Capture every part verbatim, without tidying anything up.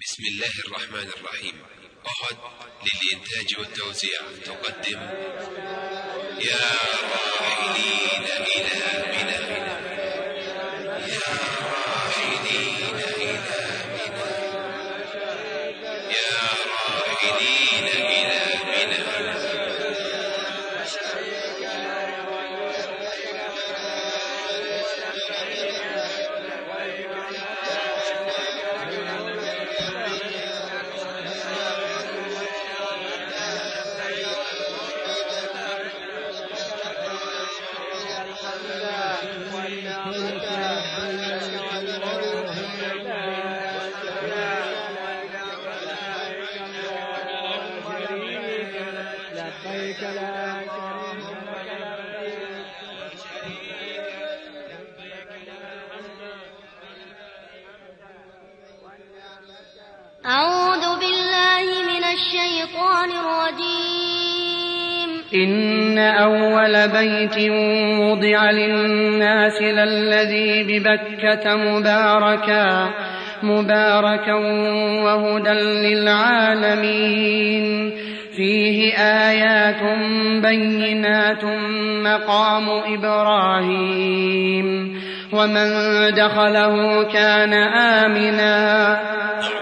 بسم الله الرحمن الرحيم. أحد للإنتاج والتوزيع تقدم يا راحلين إلى منى، يا راحلين إلى منى، يا راحلين إلى منى. أعوذ بالله من الشيطان الرجيم. إن أول بيت وضع للناس للذي ببكة مباركا مباركا وهدى للعالمين، فيه آيات بينات مقام إبراهيم ومن دخله كان آمنا.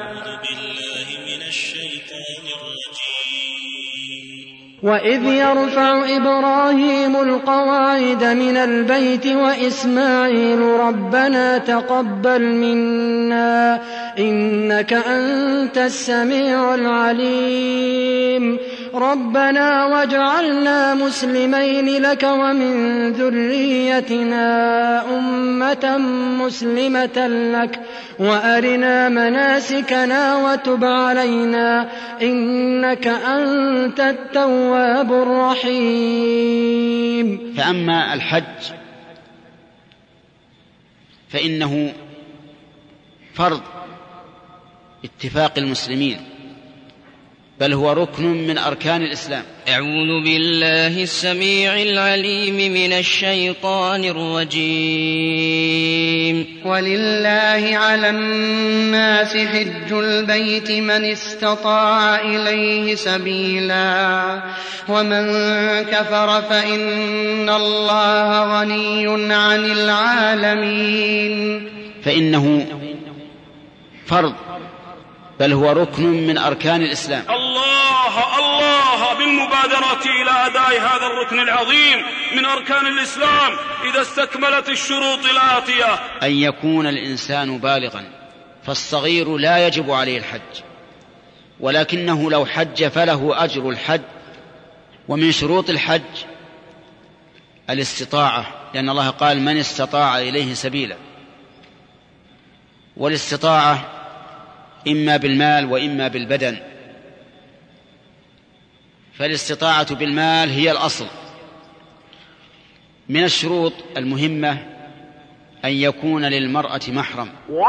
وإذ يرفع إبراهيم القواعد من البيت وإسماعيل ربنا تقبل منا إنك أنت السميع العليم، ربنا واجعلنا مسلمين لك ومن ذريتنا أمة مسلمة لك وأرنا مناسكنا وتب علينا إنك أنت التواب الرحيم. فأما الحج فإنه فرض اتفاق المسلمين، بل هو ركن من أركان الإسلام. أعوذ بالله السميع العليم من الشيطان الرجيم. ولله على الناس حج البيت من استطاع إليه سبيلا ومن كفر فإن الله غني عن العالمين. فإنه فرض بل هو ركن من أركان الإسلام. الله الله بالمبادرة إلى أداء هذا الركن العظيم من أركان الإسلام إذا استكملت الشروط الآتية: أن يكون الإنسان بالغا، فالصغير لا يجب عليه الحج، ولكنه لو حج فله أجر الحج. ومن شروط الحج الاستطاعة، لأن الله قال من استطاع إليه سبيلا، والاستطاعة إما بالمال وإما بالبدن، فالاستطاعة بالمال هي الأصل. من الشروط المهمة أن يكون للمرأة محرم.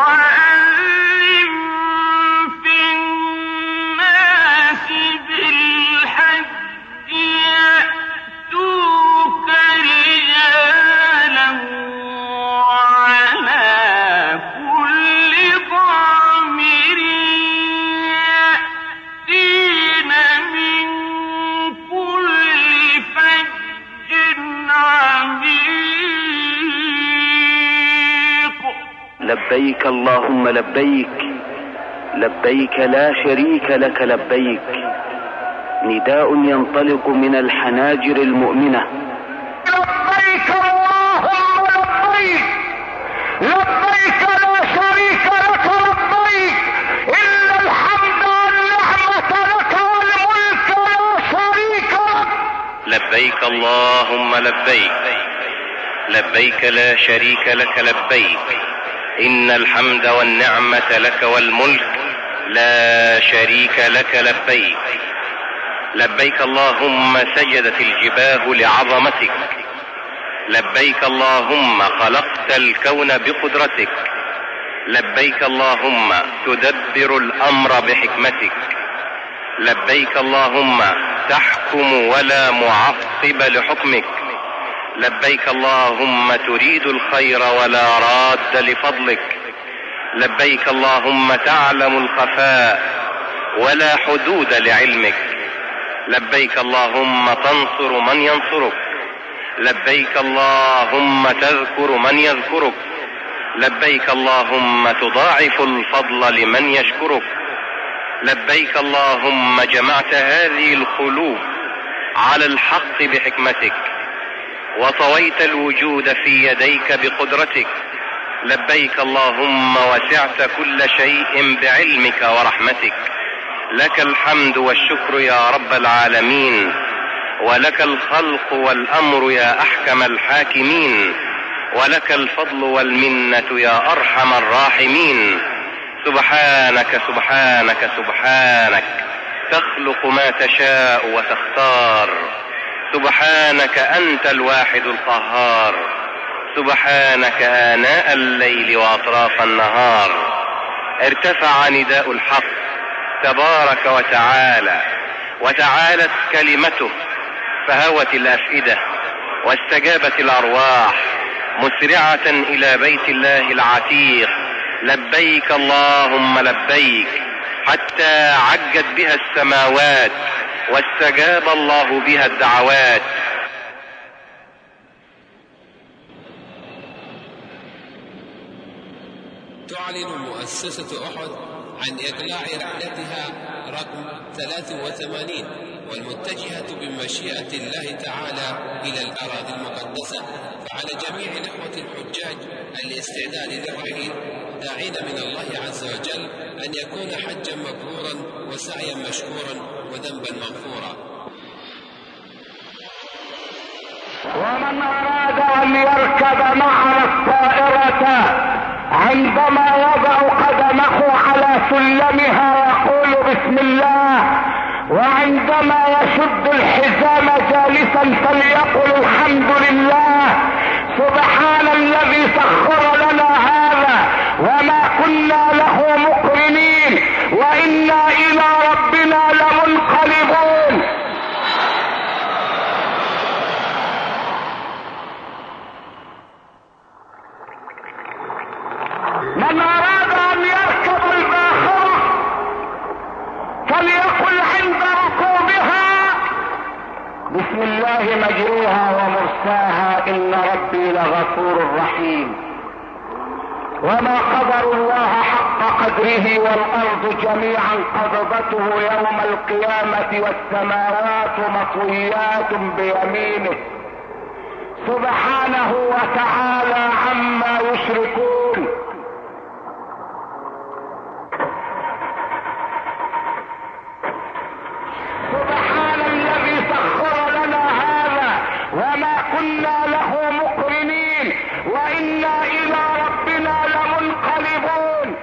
لبيك اللهم لبيك، لبيك لا شريك لك لبيك، نداء ينطلق من الحناجر المؤمنة. لبيك اللهم لبيك، لبيك لا شريك لك لبيك، إن الحمد والنعمة لك والملك لا شريك لك. لبيك اللهم لبيك، لبيك لا شريك لك لبيك، إن الحمد والنعمة لك والملك لا شريك لك لبيك. لبيك اللهم سجدت الجباه لعظمتك، لبيك اللهم خلقت الكون بقدرتك، لبيك اللهم تدبر الأمر بحكمتك، لبيك اللهم تحكم ولا معقب لحكمك، لبيك اللهم تريد الخير ولا راد لفضلك، لبيك اللهم تعلم الخفاء ولا حدود لعلمك. لبيك اللهم تنصر من ينصرك. لبيك اللهم تذكر من يذكرك. لبيك اللهم تضاعف الفضل لمن يشكرك. لبيك اللهم جمعت هذه القلوب على الحق بحكمتك، وطويت الوجود في يديك بقدرتك. لبيك اللهم وسعت كل شيء بعلمك ورحمتك. لك الحمد والشكر يا رب العالمين، ولك الخلق والأمر يا أحكم الحاكمين، ولك الفضل والمنة يا أرحم الراحمين. سبحانك سبحانك سبحانك تخلق ما تشاء وتختار. سبحانك أنت الواحد القهار. سبحانك آناء الليل وأطراف النهار. ارتفع نداء الحق تبارك وتعالى، وتعالت كلمته، فهوت الأفئدة واستجابت الأرواح مسرعة إلى بيت الله العتيق. لبيك اللهم لبيك، حتى عجت بها السماوات واستجاب الله بها الدعوات. تعلن مؤسسة أحد عن إقلاع رحلتها رقم ثلاث وثمانين والمتجهة بمشيئة الله تعالى إلى الأراضي المقدسة، فعلى جميع الإخوة الحجاج الاستعداد للرحيل، داعين من الله عز وجل أن يكون حجا مبرورا وسعيا مشكورا وذنبا مغفورا. ومن أراد أن يركب معنا الطائرة عندما يضع قدمه على سلمها يقول بسم الله، وعندما يشد الحزام جالسا فليقل الحمد لله. سبحان الذي سخر لنا هذا وما كنا له مقرنين وإنا إلى ربنا لمنقلبون. من أراد أن يركب الباخرة فليقل عند ركوبها بسم الله مجريها ومرساها إن ربي لغفور رحيم. وما قدر الله حق قدره والأرض جميعا قبضته يوم القيامة والسماوات مطويات بيمينه سبحانه وتعالى عما يشركون. سبحان الذي سخر لنا هذا وما كنا له مقرنين وإنا إلى ربنا لمنقلبون.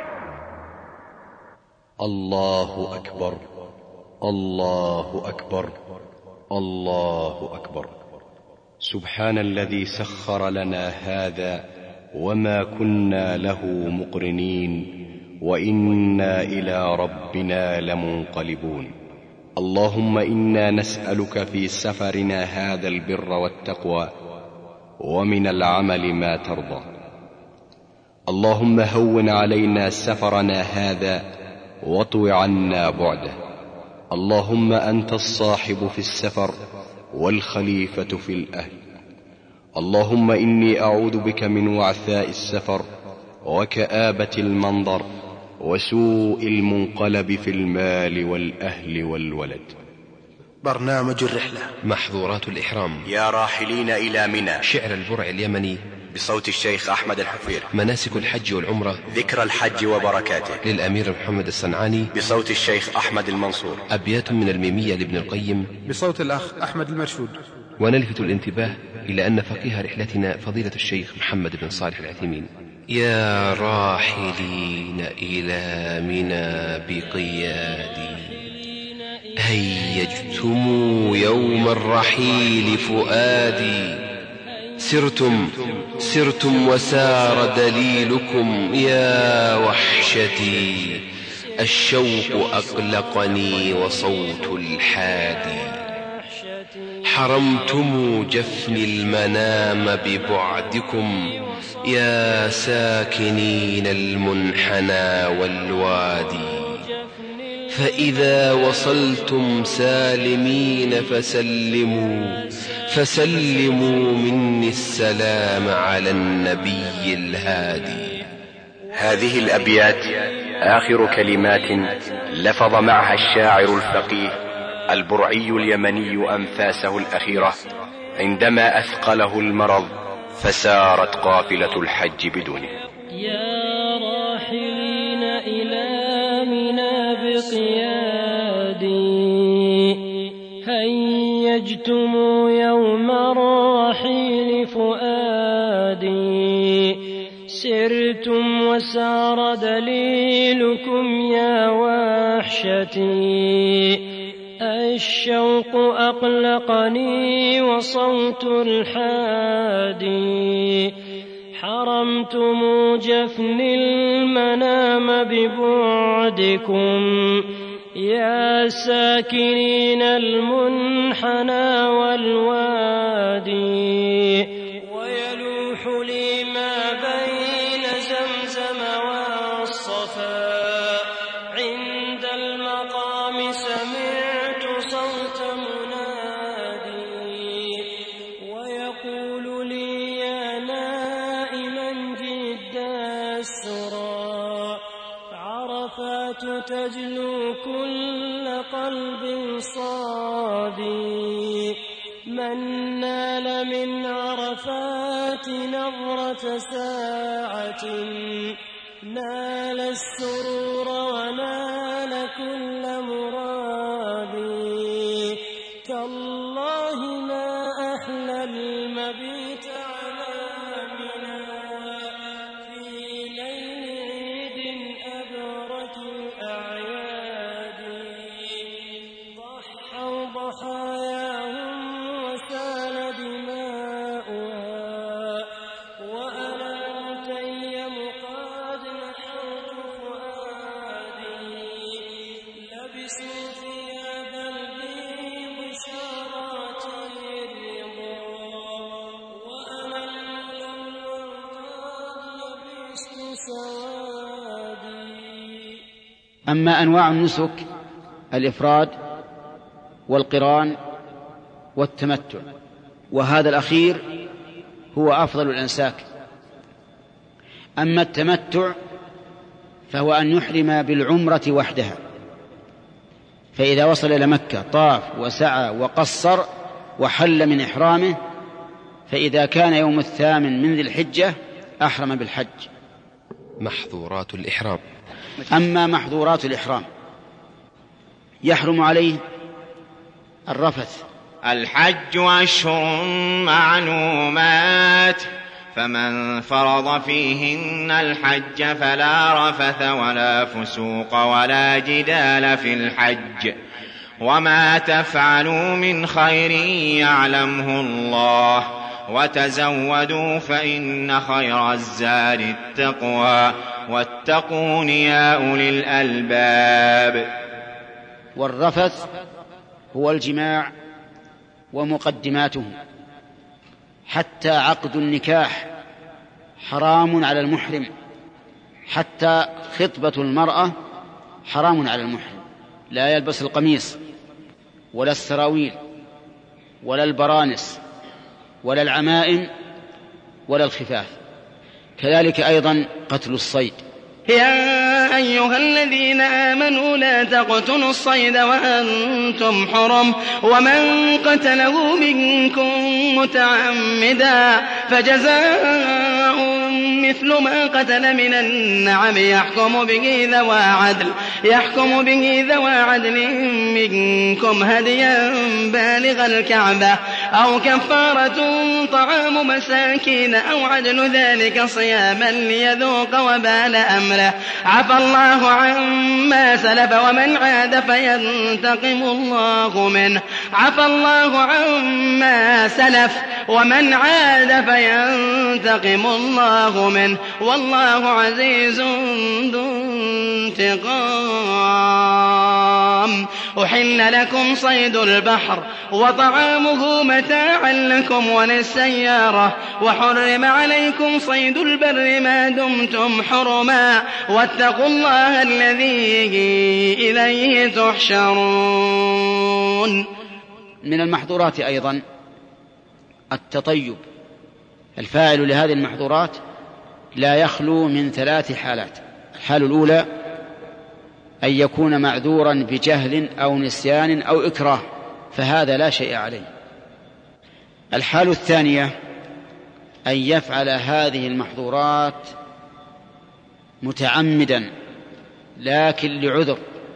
الله أكبر، الله أكبر، الله أكبر. سبحان الذي سخر لنا هذا وما كنا له مقرنين وإنا إلى ربنا لمنقلبون. اللهم إنا نسألك في سفرنا هذا البر والتقوى ومن العمل ما ترضى. اللهم هون علينا سفرنا هذا واطو عنا بعده. اللهم أنت الصاحب في السفر والخليفة في الأهل. اللهم إني أعوذ بك من وعثاء السفر وكآبة المنظر وسوء المنقلب في المال والأهل والولد. برنامج الرحلة، محظورات الإحرام، يا راحلين إلى منى، شعر البرع اليمني بصوت الشيخ أحمد الحفير، مناسك الحج والعمرة، ذكر الحج وبركاته للأمير محمد الصنعاني بصوت الشيخ أحمد المنصور، أبيات من الميمية لابن القيم بصوت الأخ أحمد المرشود. ونلفت الانتباه إلى أن فقيه رحلتنا فضيلة الشيخ محمد بن صالح العثيمين. يا راحلين إلى منى بقيادي، هيجتم يوم الرحيل فؤادي. سرتم سرتم وسار دليلكم يا وحشتي، الشوق أقلقني وصوت الحادي. حرمتم جفن المنام ببعدكم يا ساكنين المنحنى والوادي. فإذا وصلتم سالمين فسلموا فسلموا مني السلام على النبي الهادي. هذه الأبيات آخر كلمات لفظ معها الشاعر الفقيه البرعي اليمني أنفاسه الأخيرة عندما أثقله المرض فسارت قافلة الحج بدونه. يا راحلين إلى منى بقيادي هيجتم يوم الرحيل فؤادي سرتم وسار دليلكم يا وحشتي الشوق أقلقني وصوت الحادي حرمتم جفن المنام ببعدكم يا ساكنين المنحنى والوادي. ويلوح لي ما بين زمزم والصفا عند المقام سمعت صوت منادي ويقول لي يا نائما جد السرى عرفات تجلو كل قلب صادي من نال من عرفات نظرة ساعة نال السرور ونال كل مرادي. تالله ما أحلى المبيت على منى في ليل عيد أبرك الأعياد ضحوا ضحاياهم وسال دماؤها وأنا المتيم قد نحرت فؤادي لبسوا ثياب البيض شارات الرضا وأنا الملون قد لبست سوادي. أما أنواع النسك الإفراد والقران والتمتع، وهذا الأخير هو أفضل الأنساك. أما التمتع فهو أن يحرم بالعمرة وحدها، فإذا وصل إلى مكة طاف وسعى وقصر وحل من إحرامه، فإذا كان يوم الثامن من ذي الحجة أحرم بالحج. محظورات الإحرام. أما محظورات الإحرام يحرم عليه الرفث. الحج أشهر معلومات فمن فرض فيهن الحج فلا رفث ولا فسوق ولا جدال في الحج وما تفعلوا من خير يعلمه الله وتزودوا فإن خير الزاد التقوى واتقون يا أولي الألباب. والرفث هو الجماع ومقدماته، حتى عقد النكاح حرام على المحرم، حتى خطبة المرأة حرام على المحرم، لا يلبس القميص ولا السراويل ولا البرانس ولا العمائم ولا الخفاف. كذلك أيضا قتل الصيد. يا أيها الذين آمنوا لا تقتلوا الصيد وأنتم حرم ومن قتله منكم متعمدا فجزاء مثل ما قتل من النعم يحكم به ذوى عدل يحكم به ذوى عدل منكم هديا بالغ الكعبة أو كفارة طعام مساكين أو عدل ذلك صياما ليذوق وبال أمره عفى الله عما سلف ومن عاد فينتقم الله منه عفى الله عما سلف ومن عاد فينتقم الله منه والله عزيز ذو انتقام أحل لكم صيد البحر وطعامه متاعا لكم وللسيارة وحرم عليكم صيد البر ما دمتم حرما واتقوا الله الذي إليه تحشرون. من المحظورات أيضا التطيب. الفاعل لهذه المحظورات لا يخلو من ثلاث حالات. الحال الأولى أن يكون معذورا بجهل أو نسيان أو إكراه فهذا لا شيء عليه. الحال الثانية أن يفعل هذه المحظورات متعمدا لكن لعذر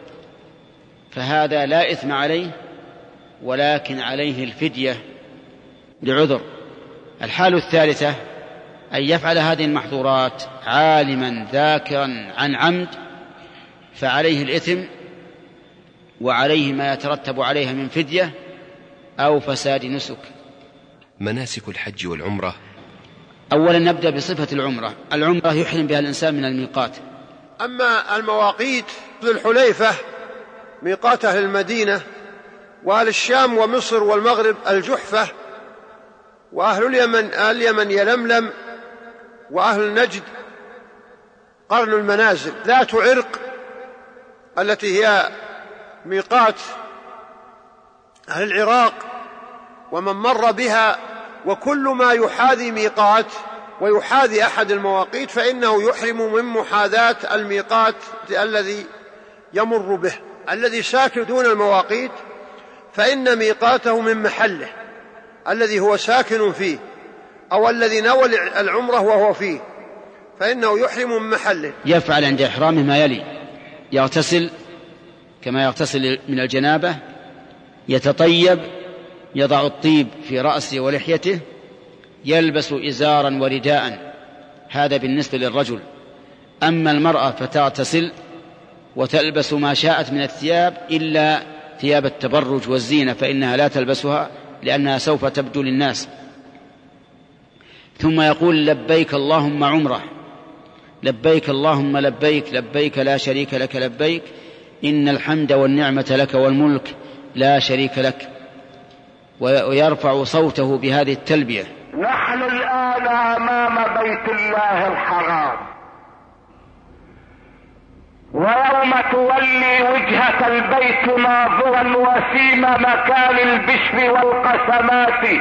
فهذا لا إثم عليه ولكن عليه الفدية لعذر. الحال الثالثة أن يفعل هذه المحظورات عالما ذاكرا عن عمد فعليه الإثم وعليه ما يترتب عليها من فدية أو فساد نسك. مناسك الحج والعمرة. أولا نبدأ بصفة العمرة. العمرة يحرم بها الإنسان من الميقات. أما المواقيت ذو الحليفة ميقات أهل المدينة، وأهل الشام ومصر والمغرب الجحفة، وأهل اليمن اليمن يلملم، وأهل نجد قرن المنازل. ذات عرق التي هي ميقات أهل العراق ومن مر بها، وكل ما يحاذي ميقات ويحاذي أحد المواقيت فإنه يحرم من محاذاة الميقات الذي يمر به. الذي ساكن دون المواقيت فإن ميقاته من محله الذي هو ساكن فيه، أو الذي نوى العمرة وهو فيه، فإنه يحرم من محله. يفعل عند إحرامه ما يلي: يغتسل كما يغتسل من الجنابة، يتطيب، يضع الطيب في رأسه ولحيته، يلبس إزارا ورداء، هذا بالنسبة للرجل. أما المرأة فتغتسل وتلبس ما شاءت من الثياب إلا ثياب التبرج والزينة فإنها لا تلبسها لأنها سوف تبدو للناس. ثم يقول: لبيك اللهم عمره، لبيك اللهم لبيك، لبيك لا شريك لك لبيك، إن الحمد والنعمة لك والملك لا شريك لك، ويرفع صوته بهذه التلبية. نحن الآن أمام بيت الله الحرام، ويوم تولي وجهة البيت ناظرا وسيم مكان البشر والقسمات،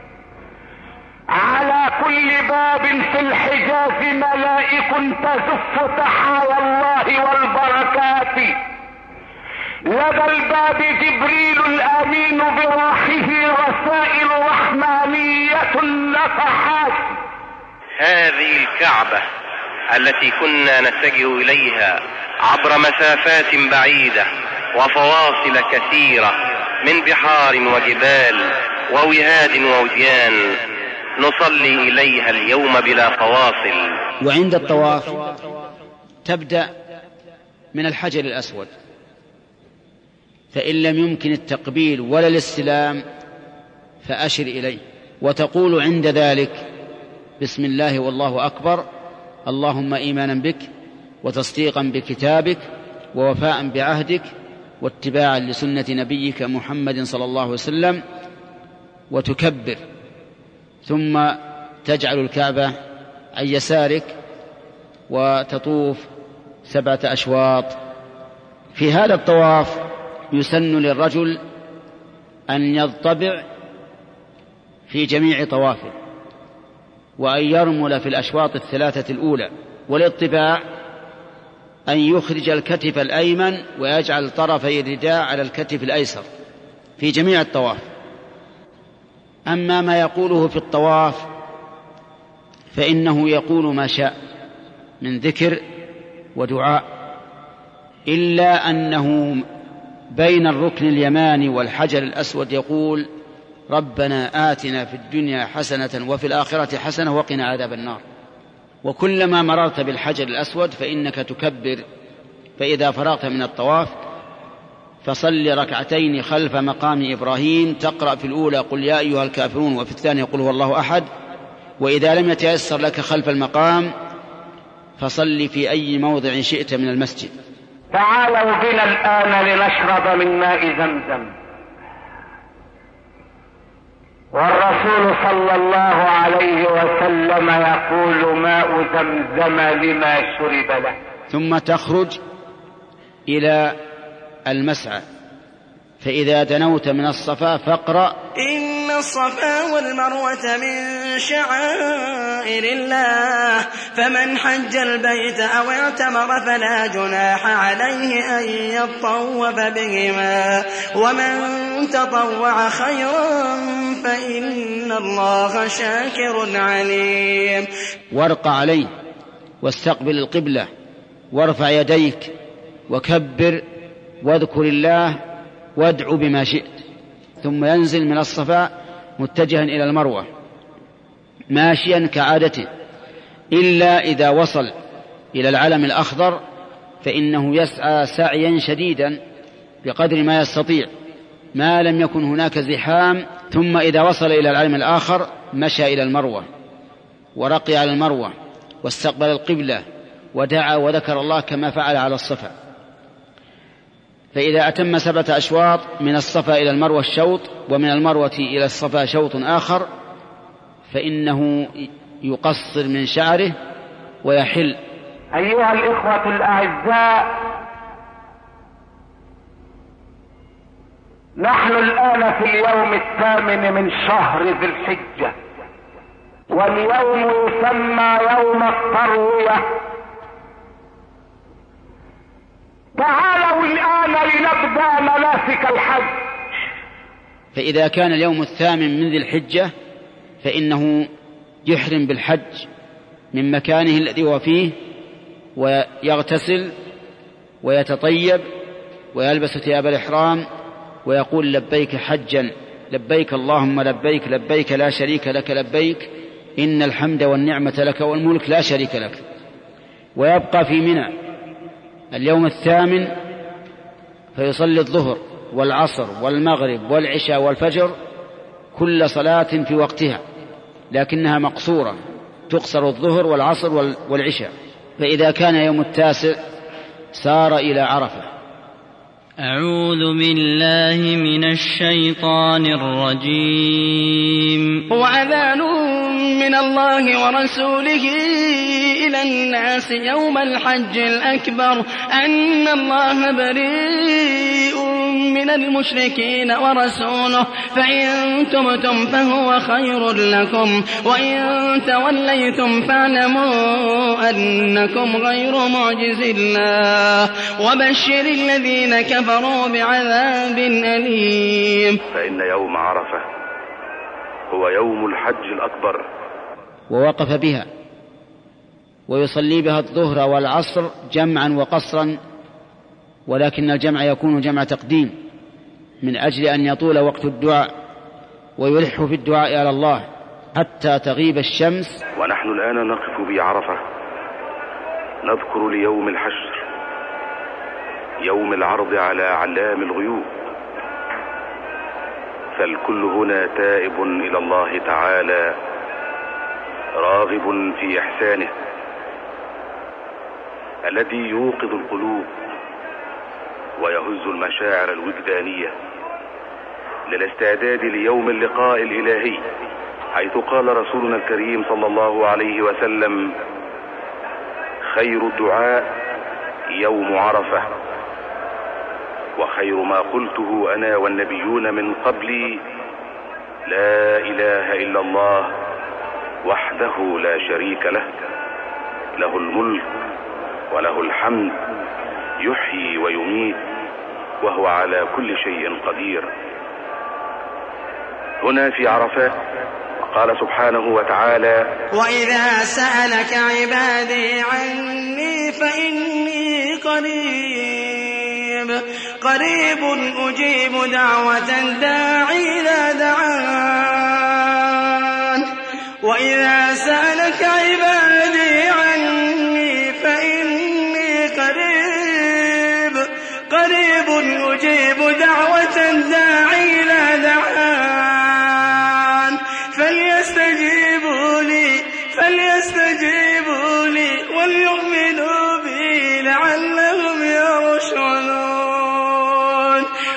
على كل باب في الحجاز ملائك تزف تحايا الله والبركات، لدى الباب جبريل الأمين براحه رسائل رحمانية نفحات. هذه الكعبة التي كنا نتجه إليها عبر مسافات بعيدة وفواصل كثيرة من بحار وجبال ووهاد ووديان، نصلي إليها اليوم بلا فواصل. وعند الطواف تبدأ من الحجر الأسود، فإن لم يمكن التقبيل ولا الاستلام فأشر إليه، وتقول عند ذلك: بسم الله والله أكبر، اللهم إيمانا بك وتصديقا بكتابك ووفاء بعهدك واتباعا لسنة نبيك محمد صلى الله عليه وسلم، وتكبر، ثم تجعل الكعبة عن يسارك وتطوف سبعة أشواط. في هذا الطواف يسن للرجل أن يضطبع في جميع طوافه، وأن يرمل في الأشواط الثلاثة الأولى. والاطباع أن يخرج الكتف الأيمن ويجعل طرفي الرداء على الكتف الأيسر في جميع الطواف. أما ما يقوله في الطواف فإنه يقول ما شاء من ذكر ودعاء، إلا أنه بين الركن اليماني والحجر الأسود يقول: ربنا آتنا في الدنيا حسنة وفي الآخرة حسنة وقنا عذاب النار. وكلما مررت بالحجر الأسود فإنك تكبر. فإذا فرغت من الطواف فصل ركعتين خلف مقام إبراهيم، تقرأ في الأولى قل يا أيها الكافرون، وفي الثانية قل هو الله أحد. وإذا لم يتيسر لك خلف المقام فصل في أي موضع شئت من المسجد. تعالوا بنا الآن لنشرب من ماء زمزم. والرسول صلى الله عليه وسلم يقول ماء زمزم لما شرب له. ثم تخرج إلى المسعى، فإذا دنوت من الصفا فاقرأ: إن الصفا والمروة من شعائر الله، فمن حج البيت أو اعتمر فلا جناح عليه أن يطوف بهما، ومن تطوع خيرا فإن الله شاكر عليم. وارق عليه واستقبل القبلة وارفع يديك وكبر واذكر الله وادعو بما شئت، ثم ينزل من الصفا متجها إلى المروة ماشيا كعادته، إلا إذا وصل إلى العلم الأخضر فإنه يسعى سعيا شديدا بقدر ما يستطيع ما لم يكن هناك زحام، ثم إذا وصل إلى العلم الآخر مشى إلى المروة ورقي على المروة واستقبل القبلة ودعا وذكر الله كما فعل على الصفا. فإذا أتم سبعة أشواط من الصفا إلى المروة الشوط، ومن المروة إلى الصفا شوط آخر، فإنه يقصر من شعره ويحل. أيها الإخوة الأعزاء، نحن الآن في اليوم الثامن من شهر ذي الحجة، واليوم يسمى يوم التروية. تعالوا الآن لنبدأ مناسك الحج. فإذا كان اليوم الثامن من ذي الحجة فإنه يحرم بالحج من مكانه الذي هو فيه، ويغتسل ويتطيب ويلبس ثياب الإحرام ويقول: لبيك حجا لبيك اللهم لبيك لبيك لا شريك لك لبيك إن الحمد والنعمة لك والملك لا شريك لك. ويبقى في منى اليوم الثامن فيصلي الظهر والعصر والمغرب والعشاء والفجر كل صلاة في وقتها، لكنها مقصورة، تقصر الظهر والعصر والعشاء. فإذا كان يوم التاسع سار إلى عرفة. أعوذ بالله من الشيطان الرجيم. وأذان من الله ورسوله إلى الناس يوم الحج الأكبر أن الله بريء من المشركين ورسوله، فإن تبتم فهو خير لكم، وإن توليتم فاعلموا أنكم غير معجز الله، وبشر الذين كفروا بعذاب أليم. فإن يوم عرفة هو يوم الحج الأكبر. ووقف بها ويصلي بها الظهر والعصر جمعا وقصرا، ولكن الجمع يكون جمع تقديم من أجل أن يطول وقت الدعاء ويلح في الدعاء على الله حتى تغيب الشمس. ونحن الآن نقف بعرفة نذكر ليوم الحشر، يوم العرض على علام الغيوب، فالكل هنا تائب إلى الله تعالى راغب في إحسانه الذي يوقظ القلوب ويهز المشاعر الوجدانية للاستعداد ليوم اللقاء الإلهي، حيث قال رسولنا الكريم صلى الله عليه وسلم: خير الدعاء يوم عرفة، وخير ما قلته أنا والنبيون من قبلي لا إله إلا الله وحده لا شريك له، له الملك وله الحمد، يحيي ويميت وهو على كل شيء قدير. هنا في عرفات قال سبحانه وتعالى: وإذا سألك عبادي عني فإني قريب قريب أجيب دعوة الداعي إذا دعان. وإذا سألك عبادي عني فإني قريب قريب أجيب دعوة الداعي إذا دعان فليستجيبوا لي فليستجيبوا لي وليؤمنوا بي لعلهم يرشدون.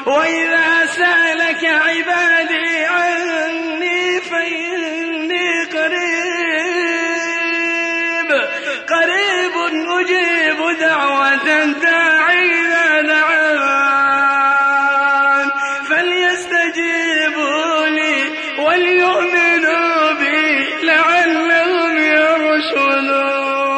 وإذا سألك عبادي عني فإني قريب قريب أجيب دعوة الداعي إذا دعان فليستجيبوا لي وليؤمنوا بي لعلهم يرشدون.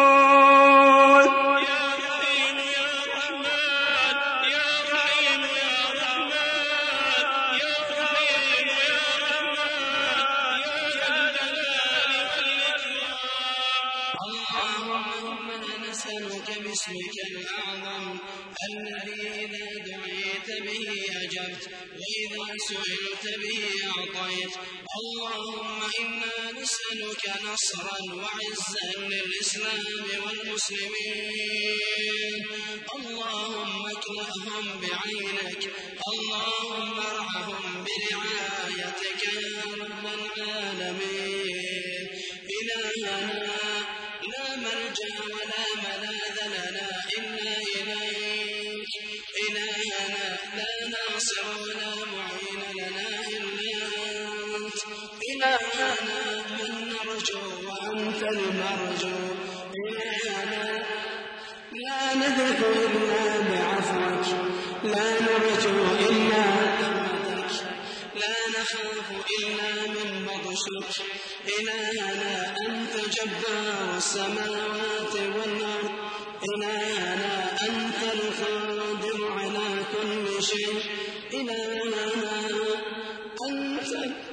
اللهم نسألك باسمك الأعظم الذي إذا دعيت به أجبت وإذا سئلت به أعطيت. اللهم إنا نسألك نصرا وعزا للإسلام والمسلمين. اللهم اكلأهم بعينك، اللهم ارعهم برعايتك يا رب العالمين. إلهنا لا ملجأ ولا ملاذ لنا إلا إليك. إلهنا لا ناصر ولا معين لنا إلا أنت. إلهنا من نرجو وأنت المرجو. إلهنا لا نذهب إلا بعفوك، لا نرجو إلا رحمتك، لا نخاف إلا من بطشك. إلهنا أنت جبار السماوات والأرض. إلهنا أنت القادر على كل شيء. إلهنا أنت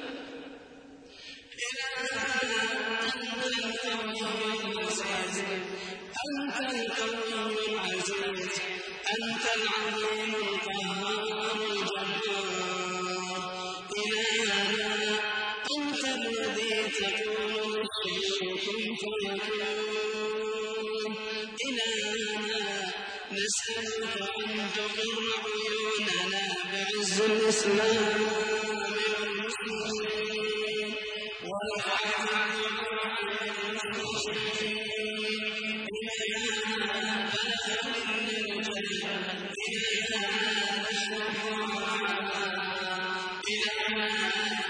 أنت القوي العزيز، أنت العظيم القهار الجبار. إلهنا أنت الذي تقول للشيء كن فيكون. إلهنا نسألك أن تقر عيوننا بعز الإسلام والمسلمين والعافية عن المشركين. إلهنا بلغ منا الجهل. إلهنا نشرح وعلا. إلهنا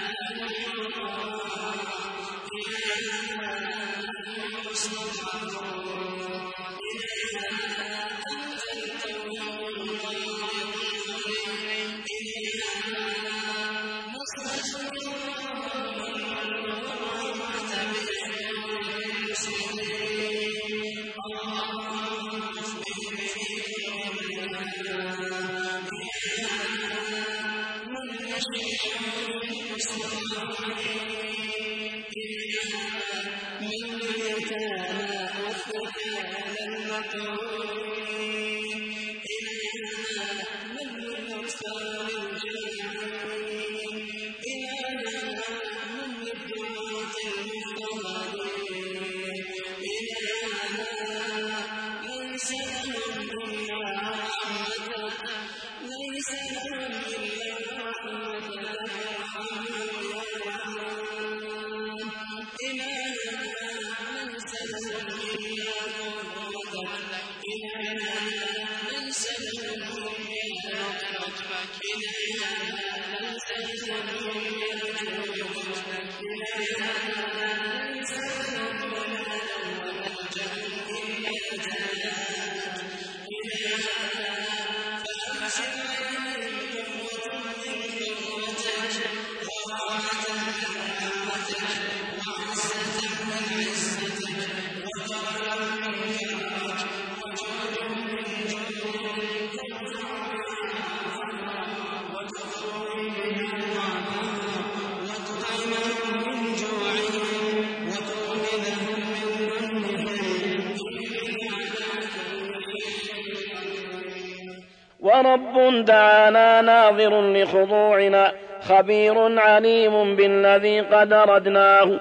ورب دعانا ناظر لخضوعنا خبير عليم بالذي قد ردناه.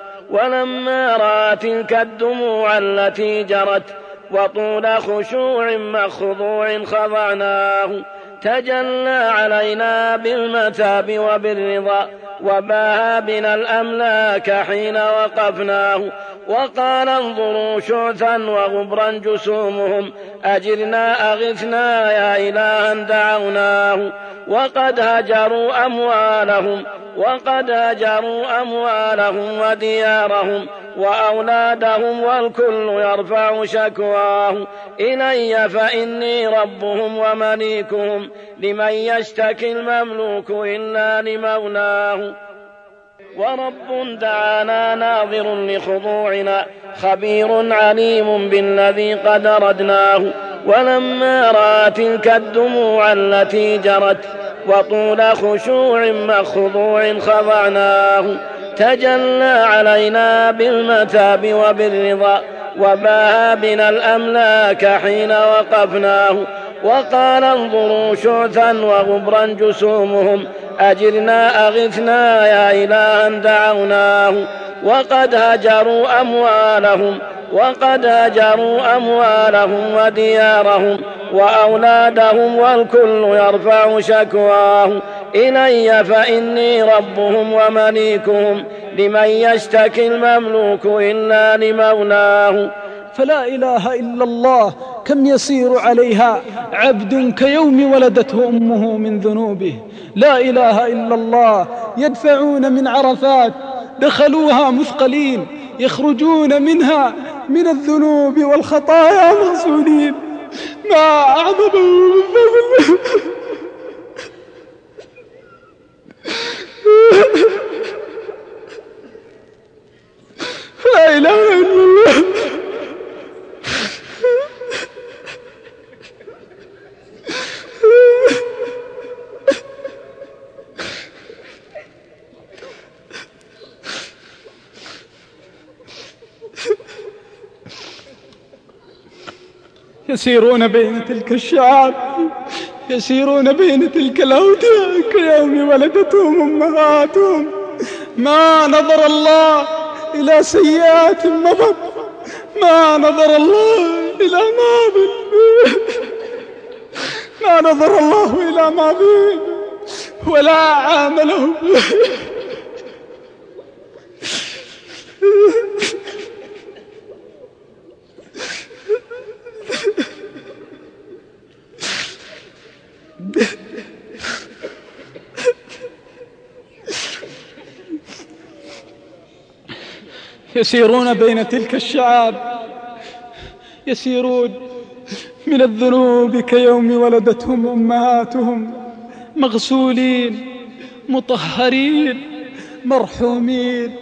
ولما رأى تلك الدموع التي جرت وطول خشوع مع خضوع خضعناه تجلى علينا بالمتاب وبالرضا وباها بنا الأملاك حين وقفناه وقال انظروا شعثا وغبرا جسومهم أجرنا أغثنا يا إلها دعوناه وقد هجروا أموالهم وقد هجروا أموالهم وديارهم وأولادهم والكل يرفع شكواه إلي فإني ربهم ومليكهم لمن يشتكي المملوك إلا لمولاه ورب دعانا ناظر لخضوعنا خبير عليم بالذي قد ردناه ولما رأى تلك الدموع التي جرت وطول خشوع مع خضوع خضعناه تجلى علينا بالمتاب وبالرضا وباها بنا الأملاك حين وقفناه وقال انظروا شعثا وغبرا جسومهم أجرنا أغثنا يا إلها دعوناه وقد هجروا أموالهم وقد هجروا أموالهم وديارهم وأولادهم والكل يرفع شكواه إلي فإني ربهم ومليكهم لمن يشتكي المملوك إلا لمولاه فلا إله إلا الله كم يسير عليها عبد كيوم ولدته أمه من ذنوبه. لا إله إلا الله يدفعون من عرفات دخلوها مثقلين يخرجون منها من الذنوب والخطايا مغسولين. ما أعظمه لا إله إلا الله. يسيرون بين تلك الشعاب يسيرون بين تلك الأودية كيوم ولدتهم أمهاتهم. ما نظر الله إلى سيئات مضت ما نظر الله إلى ماضٍ ما نظر الله إلى ماضٍ ولا عامله يسيرون بين تلك الشعاب يسيرون من الذنوب كيوم ولدتهم أمهاتهم مغسولين مطهرين مرحومين.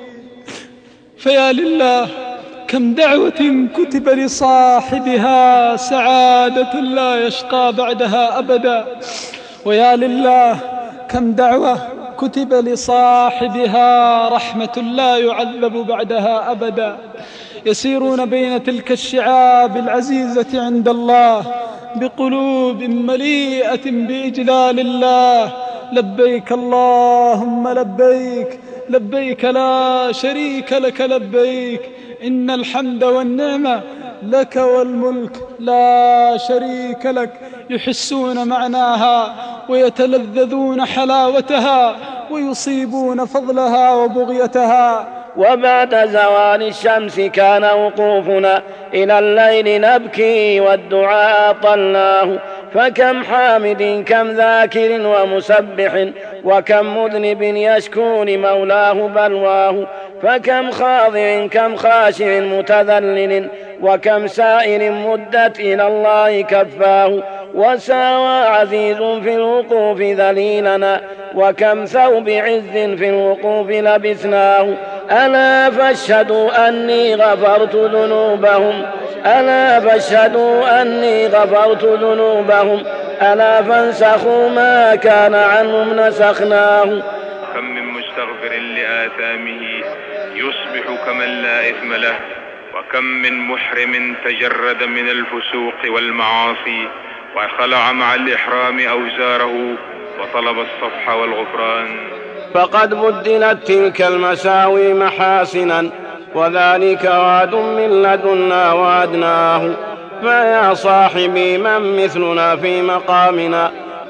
فيا لله كم دعوة كتب لصاحبها سعادة لا يشقى بعدها أبدا. ويا لله كم دعوة كتب لصاحبها رحمة لا يعذب بعدها أبدا. يسيرون بين تلك الشعاب العزيزة عند الله بقلوب مليئة بإجلال الله. لبيك اللهم لبيك لبيك لا شريك لك لبيك إن الحمد والنعمة لك والملك لا شريك لك. يحسون معناها ويتلذذون حلاوتها ويصيبون فضلها وبغيتها. وبعد زوال الشمس كان وقوفنا إلى الليل نبكي والدعاء طلناه. فكم حامد كم ذاكر ومسبح وكم مذنب يشكو لمولاه بلواه. فكم خاضع كم خاشع متذلل وكم سائل مدت إلى الله كفاه. وساوى عزيز في الوقوف ذليلنا وكم ثوب عز في الوقوف لبسناه. ألا فاشهدوا أني غفرت ذنوبهم ألا فاشهدوا أني غفرت ذنوبهم ألا فانسخوا ما كان عنهم نسخناه. كم من مستغفر لآثامه يصبح كمن لا إثم له وكم من محرم تجرد من الفسوق والمعاصي وخلع مع الإحرام أوزاره وطلب الصفح والغفران. فقد بدلت تلك المساوي محاسنا وذلك وعد من لدنا وعدناه. فيا صاحبي من مثلنا في مقامنا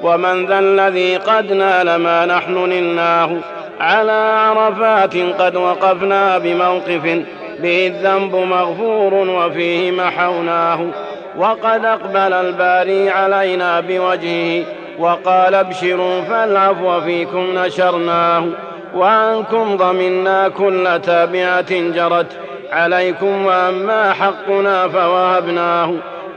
ومن ذا الذي قد نال ما نحن نلناه على عرفات قد وقفنا بموقف به الذنب مغفور وفيه محوناه وقد أقبل الباري علينا بوجهه وقال ابشروا فالعفو فيكم نشرناه وعنكم ضمنا كل تابعة جرت عليكم وأما حقنا فوهبناه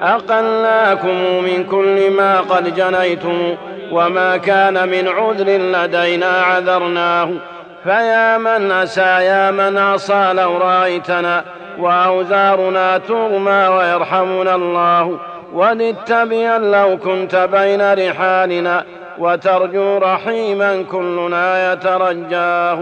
أقلناكم من كل ما قد جنيتم وما كان من عذر لدينا عذرناه فيا من أسى يا من عصى لو رأيتنا وأوزارنا تغمى ويرحمنا الله وددت بأن لو كنت بين رحالنا وترجو رحيما كلنا يترجاه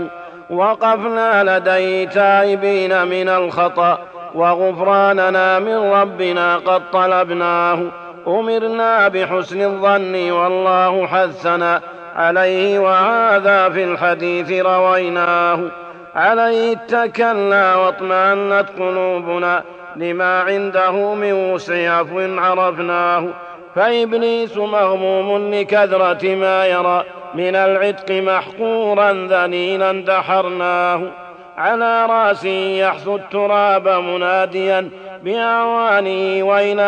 وقفنا لديه تائبين من الخطأ وغفراننا من ربنا قد طلبناه أمرنا بحسن الظن والله حثنا عليه وهذا في الحديث رويناه عليه اتكلنا واطمأنت قلوبنا لما عنده من وسع عفو عرفناه فإبليس مغموم لكثرة ما يرى من العتق محقورا ذليلا دحرناه على رأسه يحثو التراب مناديا بأعوانه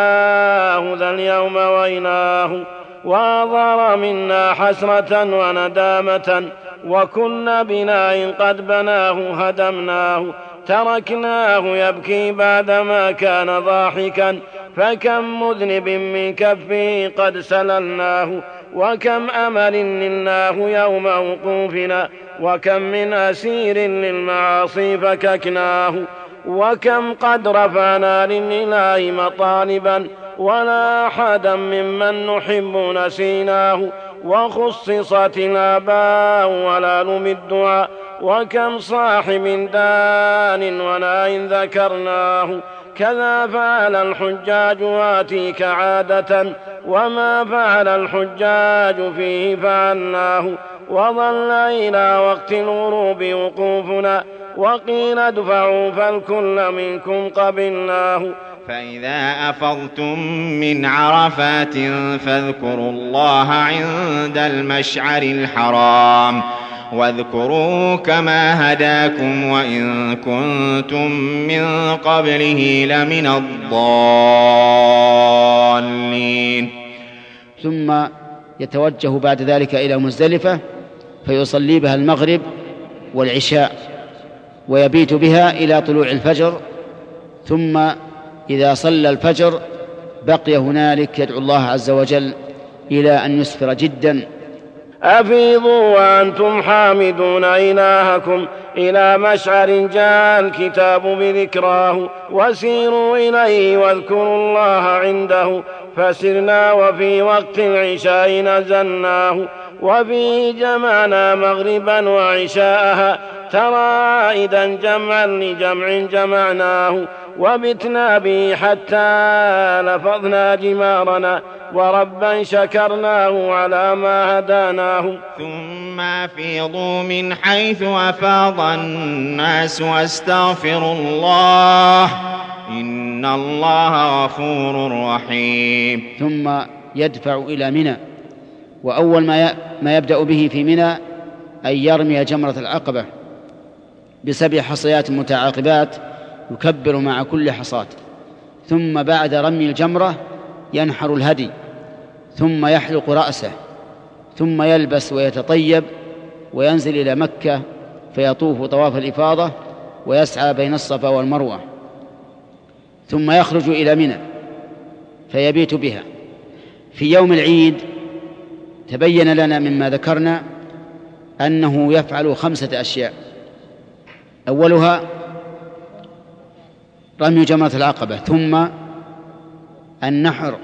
ويناه ذا اليوم ويناه وأظهر منا حسرة وندامة وكنا بناء قد بناه هدمناه تركناه يبكي بعدما كان ضاحكا فكم مذنب من كفه قد سللناه وكم أمل نلناه يوم وقوفنا وكم من أسير للمعاصي فككناه وكم قد رفعنا لله مطالبا ولا أحدا ممن نحب نسيناه وخصصت الآباء ولا نمي الدعاء وكم صاحب دان وناء ذكرناه كذا فعل الحجاج واتيك عادة وما فعل الحجاج فيه فعلناه وظل إلى وقت الغروب وقوفنا وقيل ادفعوا فالكل منكم قبلناه فإذا أفضتم من عرفات فاذكروا الله عند المشعر الحرام واذكروا كما هداكم وإن كنتم من قبله لمن الضالين. ثم يتوجه بعد ذلك إلى مزدلفة فيصلي بها المغرب والعشاء ويبيت بها إلى طلوع الفجر، ثم إذا صلى الفجر بقي هنالك يدعو الله عز وجل إلى أن يسفر جدا. أفيضوا وأنتم حامدون إلهكم إلى مشعر جاء الكتاب بذكراه وسيروا إليه واذكروا الله عنده فسرنا وفي وقت العشاء نزلناه وفيه جمعنا مغربا وعشاءها ترائدا جمعا لجمع جمعناه وبتنا به حتى لفظنا جمارنا وربا شكرناه على ما هداناه. ثم أفيضوا من حيث أفاض الناس واستغفروا الله إن الله غفور رحيم. ثم يدفع إلى منى، وأول ما ما يبدأ به في منى أن يرمي جمرة العقبة بسبع حصيات متعاقبات يكبر مع كل حصاة، ثم بعد رمي الجمرة ينحر الهدي ثم يحلق رأسه ثم يلبس ويتطيب وينزل إلى مكة فيطوف طواف الإفاضة ويسعى بين الصفا والمروة، ثم يخرج إلى منى فيبيت بها. في يوم العيد تبين لنا مما ذكرنا أنه يفعل خمسة أشياء، أولها رمي جمرة العقبة ثم النحر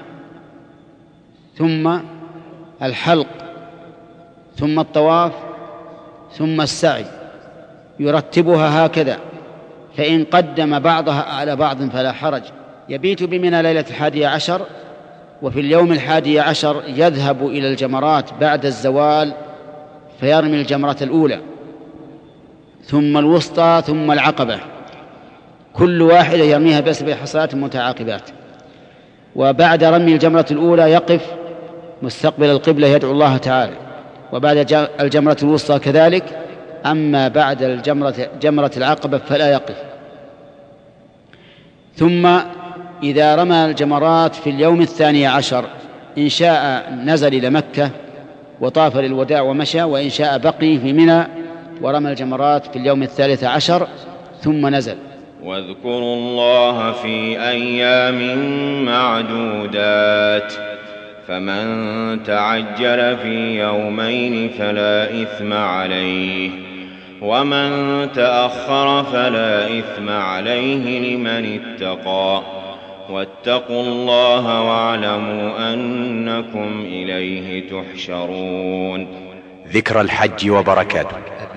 ثم الحلق ثم الطواف ثم السعي، يرتبها هكذا، فإن قدم بعضها على بعض فلا حرج. يبيت بمنى ليلة الحادية عشر، وفي اليوم الحادي عشر يذهب إلى الجمرات بعد الزوال فيرمي الجمرة الأولى ثم الوسطى ثم العقبة، كل واحدة يرميها بسبع حصات متعاقبات. وبعد رمي الجمرة الأولى يقف مستقبل القبلة يدعو الله تعالى، وبعد الجمرة الوسطى كذلك. أما بعد الجمرة جمرة العقبة فلا يقف. ثم إذا رمى الجمرات في اليوم الثاني عشر إن شاء نزل إلى مكة وطاف للوداع ومشى، وإن شاء بقي في منى ورمى الجمرات في اليوم الثالث عشر ثم نزل. واذكروا الله في أيام معدودات، فمن تعجل في يومين فلا إثم عليه، ومن تأخر فلا إثم عليه لمن اتقى. واتقوا الله واعلموا أنكم إليه تحشرون. ذكر الحج وبركاته.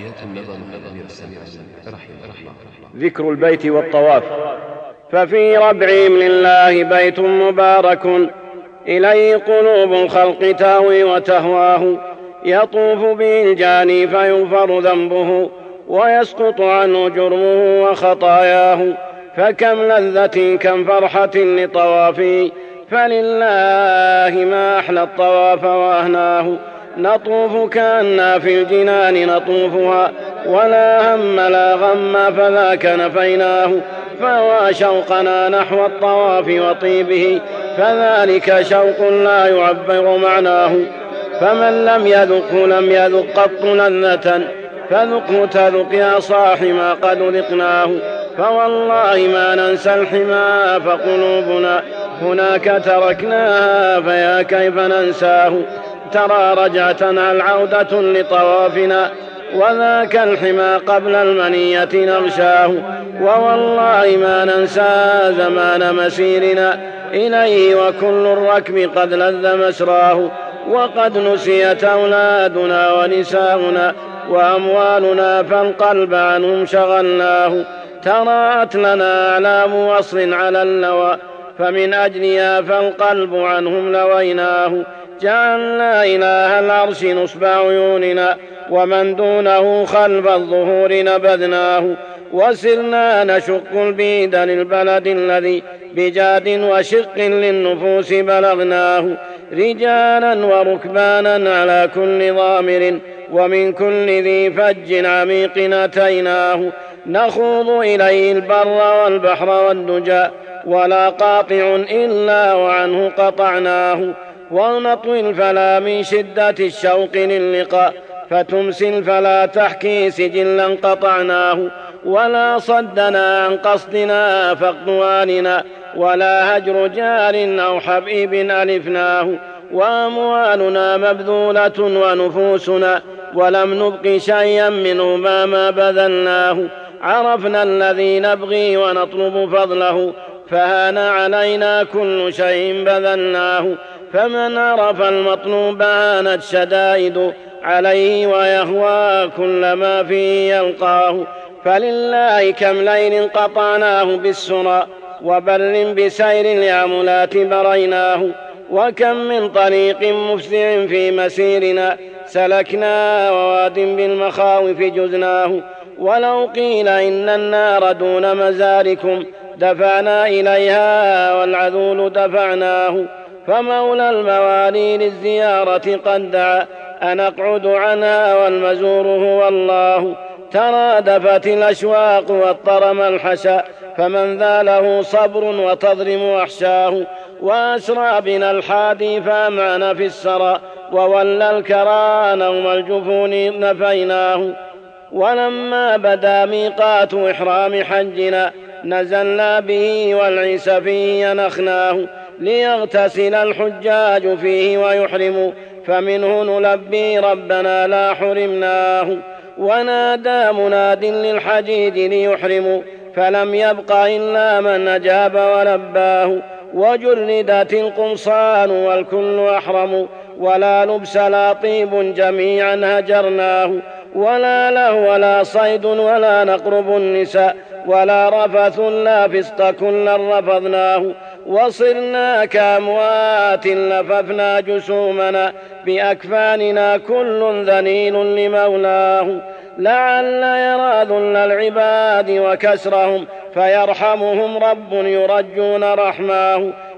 ذكر البيت والطواف. ففي ربعهم لله بيت مبارك، إليه قلوب الخلق تهوي وتهواه، يطوف به الجاني فيغفر ذنبه، ويسقط عنه جرمه وخطاياه. فكم لذة كم فرحة لطوافه، فلله ما أحلى الطواف وأهناه. نطوف كأننا في الجنان نطوفها، ولا هم لا غم فذاك نفيناه. فهو شوقنا نحو الطواف وطيبه، فذلك شوق لا يعبر معناه. فمن لم يذقه لم يذق قط لذة، فذقه تذق يا صاح ما قد ذقناه. فوالله ما ننسى الحما، فقلوبنا هناك تركناها، فيا كيف ننساه. ترى رجعة هل عودة لطوافنا، وذاك الحما قبل المنية نغشاه. ووالله ما ننسى زمان مسيرنا إليه، وكل الركب قد لذ مسراه. وقد نسيت أولادنا ونساؤنا وأموالنا، فالقلب عنهم شغلناه. تراءت لنا أعلام وصل على اللوى، فمن أجلها فالقلب عنهم لويناه. جعلنا إله العرش نصب عيوننا، ومن دونه خلف الظهور نبذناه. وسرنا نشق البيد للبلد الذي بجاد وشق للنفوس بلغناه. رجالا وركبانا على كل ضامر، ومن كل ذي فج عميق أتيناه. نخوض إليه البر والبحر والدجى، ولا قاطع إلا وعنه قطعناه. ونطوي الفلا من شدة الشوق للقاء، فتمسي الفلا تحكي سجلا قطعناه. ولا صدنا عن قصدنا فاقدواننا، ولا هجر جار أو حبيب ألفناه. وأموالنا مبذولة ونفوسنا، ولم نبق شيئا منه ما ما بذلناه. عرفنا الذي نبغي ونطلب فضله، فهان علينا كل شيء بذلناه. فمن عرف المطلوب هانت شدائد عليه، ويهوى كل ما فيه يلقاه. فلله كم ليل قطعناه بالسرى، وبر بسير الياملات بريناه. وكم من طريق مفسع في مسيرنا سلكنا، وواد بالمخاوف جزناه. ولو قيل إن النار دون مزاركم دفعنا إليها، والعذول دفعناه. فمولى الموالي للزيارة قد دعا، أنقعد عنها والمزور هو الله. ترادفت الأشواق واضطرم الحشا، فمن ذا له صبر وتضرم أحشاه. وأسرى بنا الحادي فأمعن في السرى، وولى الكرى نوم الجفون نفيناه. ولما بدا ميقات إحرام حجنا نزلنا به والعيس فيه نخناه. ليغتسل الحجاج فيه ويحرموا، فمنه نلبي ربنا لا حرمناه. ونادى مناد للحجيج ليحرموا، فلم يبق إلا من أجاب ولباه. وجردت القمصان والكل أحرم، ولا لبس لا طيب جميعا هجرناه. ولا له ولا صيد ولا نقرب النساء، ولا رفث لا فسق كلا رفضناه. وصرنا كأموات لففنا جسومنا، بأكفاننا كل ذليل لمولاه. لعل يرى ذل العباد وكسرهم، فيرحمهم رب يرجون رحماه.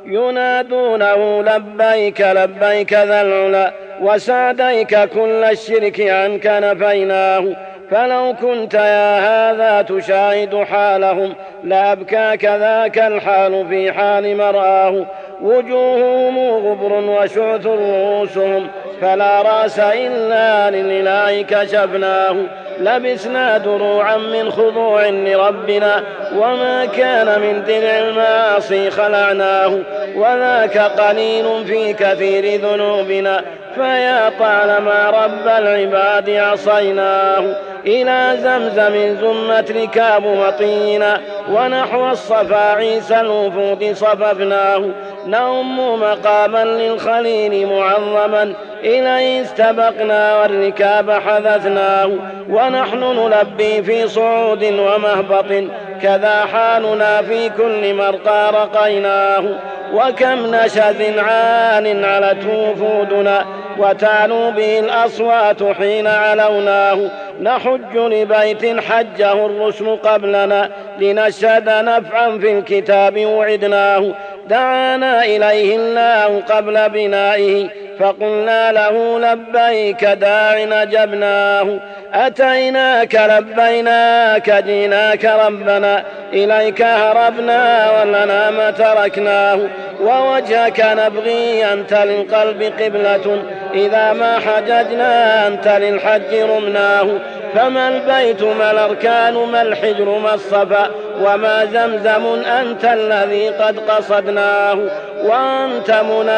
ينادونه لبيك لبيك ذا العلا وسعديك كل الشرك عنك نفيناه. فلو كنت يا هذا تشاهد حالهم لأبكاك ذاك الحال في حال مرآه. وجوههم غبر وشعث رؤوسهم فلا رأس إلا للإله كشفناه. لبسنا دروعا من خضوع لربنا وما كان من درع المعاصي خلعناه. وذاك قليل في كثير ذنوبنا فيا طالما رب العباد عصيناه. إلى زمزم زمت ركاب مطينا ونحو الصفا عيسى الوفود صففناه. نؤم مقاما للخليل معظما إليه استبقنا والركاب حدثناه. ونحن نلبي في صعود ومهبط كذا حالنا في كل مرقى رقيناه. وكم نشذ عال علت وفودنا وتعلو به الأصوات حين علوناه. نحج لبيت حجه الرسل قبلنا لنشهد نفعا في الكتاب وعدناه. دعانا إليه الله قبل بنائه فقلنا له لبيك داع أجبناه. أتيناك لبيناك جيناك ربنا إليك هربنا ولنا ما تركناه. ووجهك نبغي أنت للقلب قبلة إذا ما حججنا أنت للحج رمناه. فما البيت ما الأركان ما الحجر ما الصفا وما زمزم أنت الذي قد قصدناه. وأنت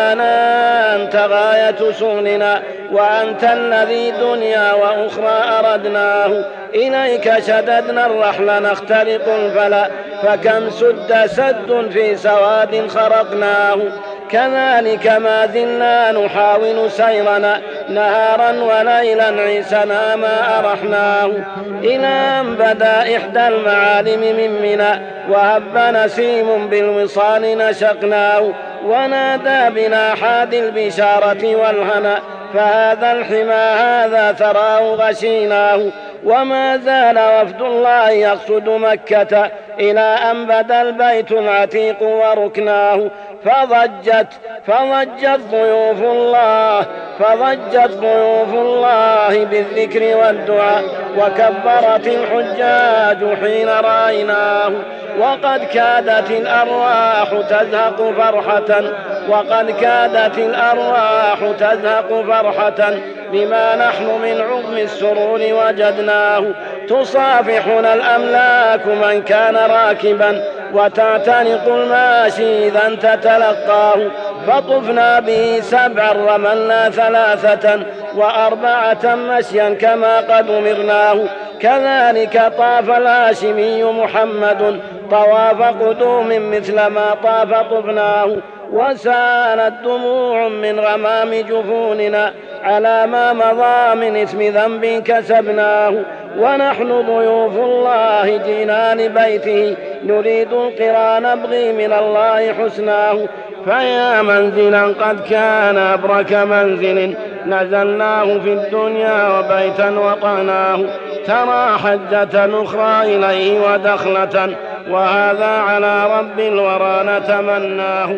منانا أنت غاية سؤلنا وأنت الذي دنيا وأخرى أردناه. إليك شددنا الرحل نخترق الفلا فكم سد سد في سواد خرقناه. كذلك ما زلنا نحاول سيرنا نهارا وليلا عيسنا ما أرحناه. إلى أن بدا إحدى المعالم من منى وهب نسيم بالوصال نشقناه. ونادى بنا حاد البشارة والهنا فهذا الحمى هذا ثراه غشيناه. وما زال وفد الله يقصد مكة إلى أن بدا البيت العتيق وركناه. فضجت فضجت ضيوف الله فضجت ضيوف الله بالذكر والدعاء وكبرت الحجاج حين رأيناه. وقد كادت الأرواح تزهق فرحة وقد كادت الأرواح تزهق فرحة لما نحن من عظم السرور وجدناه. تصافحنا الأملاك من كان راكبا وتعتنق الماشي إذا تتلقاه. فطفنا به سبعا رملنا ثلاثة وأربعة مشيا كما قد أمرناه. كذلك طاف الهاشمي محمد طواف قدوم مثل ما طاف طفناه. وسالت دموع من غمام جفوننا على ما مضى من اسم ذنب كسبناه. ونحن ضيوف الله جينا لبيته نريد القرى نبغي من الله حسناه. فيا منزلا قد كان أبرك منزل نزلناه في الدنيا وبيتا وطعناه. ترى حجة أخرى إليه ودخلة وهذا على رب الورى نتمناه.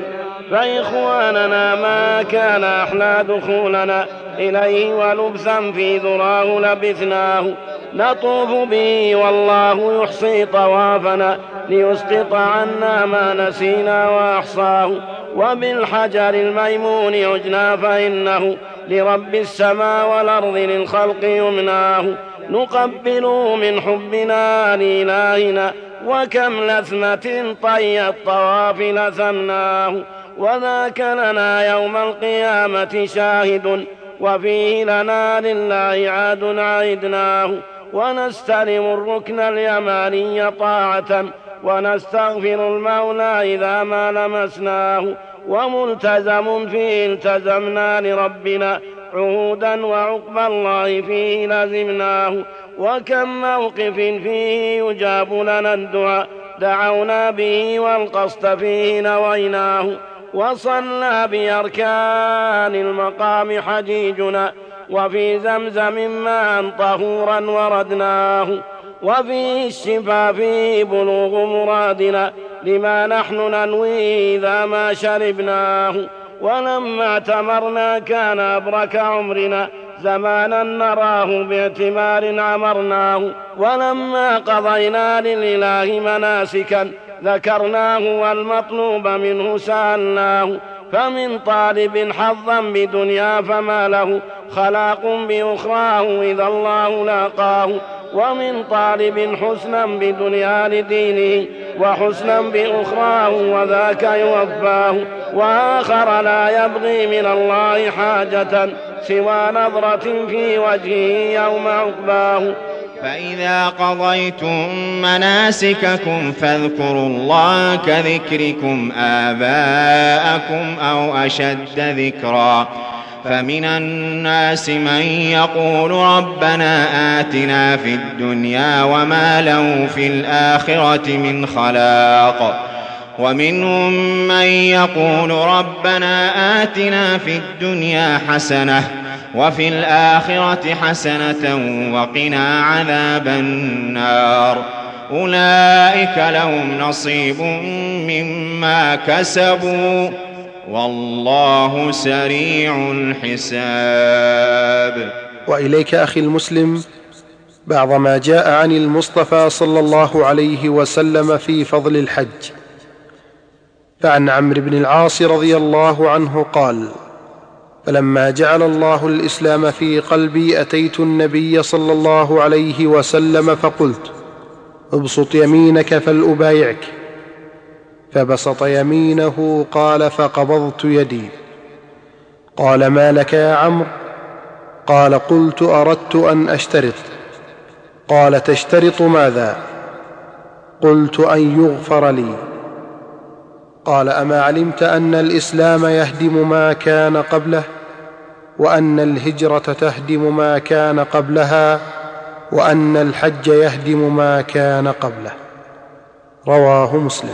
فإخواننا ما كان أحلى دخولنا إليه ولبثا في ذراه لبثناه. نطوف به والله يحصي طوافنا ليسقط عنا ما نسينا وأحصاه. وبالحجر الميمون عجنا فإنه لرب السماء والأرض للخلق يمناه. نقبل من حبنا لإلهنا وكم لثمة طي الطواف لثمناه. وذاك لنا يوم القيامة شاهد وفيه لنا لله عاد عيدناه. ونستلم الركن اليماني طاعة ونستغفر المولى إذا ما لمسناه. وملتزم فيه التزمنا لربنا عهودا وعقبى الله فيه لزمناه. وكم موقف فيه يجاب لنا الدعاء دعونا به والقصد فيه نويناه. وصلى بأركان المقام حجيجنا وفي زمزم ماء طهورا وردناه. وفيه الشفاء فيه بلوغ مرادنا لما نحن ننوي إذا ما شربناه. ولما اعتمرنا كان أبرك عمرنا زمانا نراه باعتمار عمرناه. ولما قضينا للإله مناسكا ذكرناه والمطلوب منه سألناه. فمن طالب حظا بدنيا فما له خلاق بأخراه إذا الله لاقاه. ومن طالب حسنا بدنيا لدينه وحسنا بأخراه وذاك يوفاه. وآخر لا يبغي من الله حاجة سوى نظرة في وجهه يوم عقباه. فإذا قضيتم مناسككم فاذكروا الله كذكركم آباءكم أو أشد ذكرا. فمن الناس من يقول ربنا آتنا في الدنيا وما له في الآخرة من خلاق. ومنهم من يقول ربنا آتنا في الدنيا حسنة وفي الآخرة حسنة وقنا عذاب النار. أولئك لهم نصيب مما كسبوا والله سريع الحساب. وإليك أخي المسلم بعض ما جاء عن المصطفى صلى الله عليه وسلم في فضل الحج. فعن عمرو بن العاص رضي الله عنه قال: فلما جعل الله الإسلام في قلبي أتيت النبي صلى الله عليه وسلم فقلت: ابسط يمينك فلأبايعك. فبسط يمينه قال: فقبضت يدي. قال: ما لك يا عمرو؟ قال: قلت: أردت أن أشترط. قال: تشترط ماذا؟ قلت: أن يغفر لي. قال: أما علمت أن الإسلام يهدم ما كان قبله، وأن الهجرة تهدم ما كان قبلها، وأن الحج يهدم ما كان قبله؟ رواه مسلم.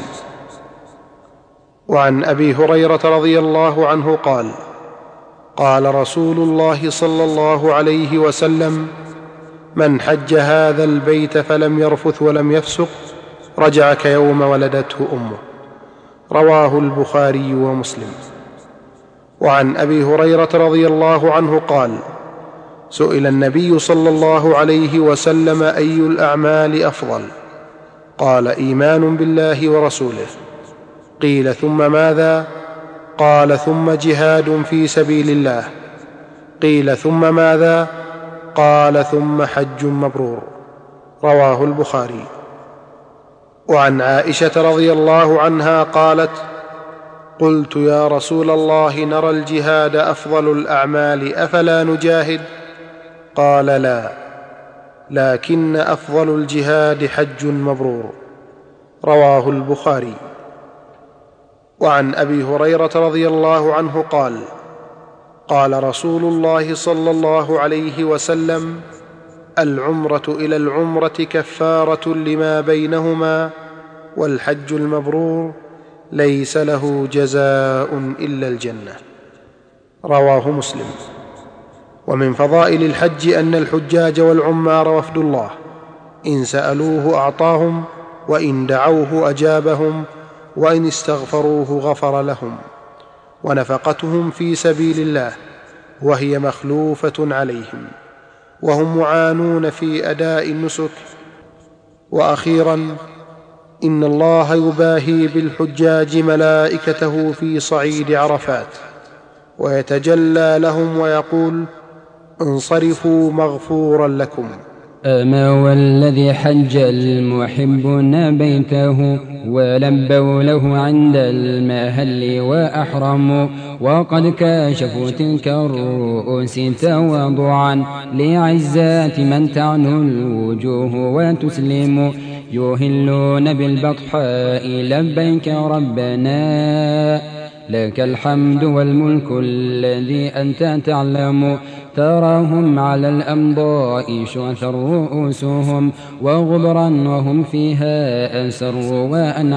وعن أبي هريرة رضي الله عنه قال: قال رسول الله صلى الله عليه وسلم: من حج هذا البيت فلم يرفث ولم يفسق رجع كيوم ولدته أمه. رواه البخاري ومسلم. وعن أبي هريرة رضي الله عنه قال: سئل النبي صلى الله عليه وسلم: أي الأعمال أفضل؟ قال: إيمان بالله ورسوله. قيل: ثم ماذا؟ قال: ثم جهاد في سبيل الله. قيل: ثم ماذا؟ قال: ثم حج مبرور. رواه البخاري. وعن عائشة رضي الله عنها قالت: قلت: يا رسول الله، نرى الجهاد أفضل الأعمال، أفلا نجاهد؟ قال: لا، لكن أفضل الجهاد حج مبرور. رواه البخاري. وعن أبي هريرة رضي الله عنه قال: قال رسول الله صلى الله عليه وسلم: العمرة إلى العمرة كفارة لما بينهما، والحج المبرور ليس له جزاء إلا الجنة. رواه مسلم. ومن فضائل الحج أن الحجاج والعمار وفد الله، إن سألوه أعطاهم، وإن دعوه أجابهم، وإن استغفروه غفر لهم. ونفقتهم في سبيل الله وهي مخلوفة عليهم، وهم معانون في أداء النسك. وأخيرا، إن الله يباهي بالحجاج ملائكته في صعيد عرفات، ويتجلى لهم ويقول: انصرفوا مغفورا لكم. أما والذي حج المحبون بيته ولبوا له عند المهل وأحرموا، وقد كاشفوا تلك الرؤوس تواضعا لعزات من تعنو الوجوه وتسلم، يهلون بالبطحاء لبيك ربنا لك الحمد والملك الذي أنت تعلم. تراهم على الأمضاء شعثا رؤوسهم وغبرا وهم فيها أسروا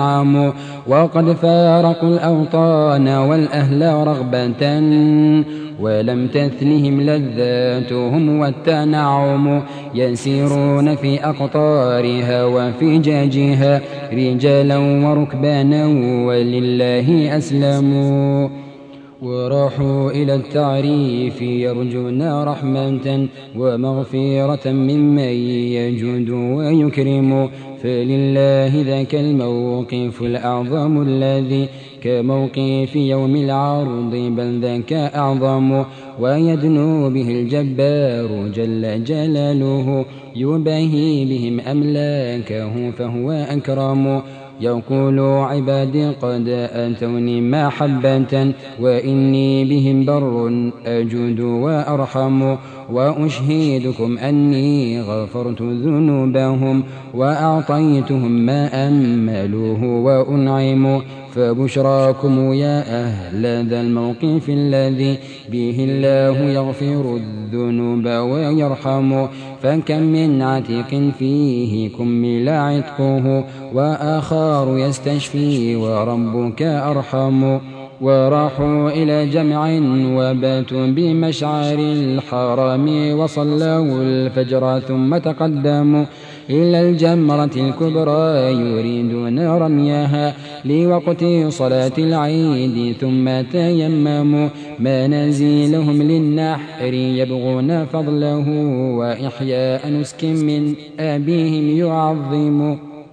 وأنعموا، وقد فارقوا الأوطان والأهل رغبة ولم تثنهم لذاتهم والتنعم يسيرون في أقطارها وفجاجها رجالا وركبانا ولله أسلموا وراحوا إلى التعريف يرجون رحمة ومغفرة ممن يجود ويكرم فلله ذاك الموقف الأعظم الذي كموقف يوم العرض بل ذاك أعظم ويدنو به الجبار جل جلاله يباهي بهم أملاكه فهو أكرم يقول عبادي قد أتوني محبة وإني بهم بر أجود وأرحم وأشهدكم أني غفرت ذنوبهم وأعطيتهم ما أملوه وأنعم فبشراكم يا أهل ذا الموقف الذي به الله يغفر الذنوب ويرحم فكم من عتيق فيه كمل عتقه وآخر يستشفي وربك أرحم وراحوا إلى جمع وباتوا بمشعر الحرام وصلوا الفجر ثم تقدموا إلى الجمرة الكبرى يريدون رميها لوقت صلاة العيد ثم تيمموا منازلهم للنحر يبغون فضله وإحياء نسك من أبيهم يعظم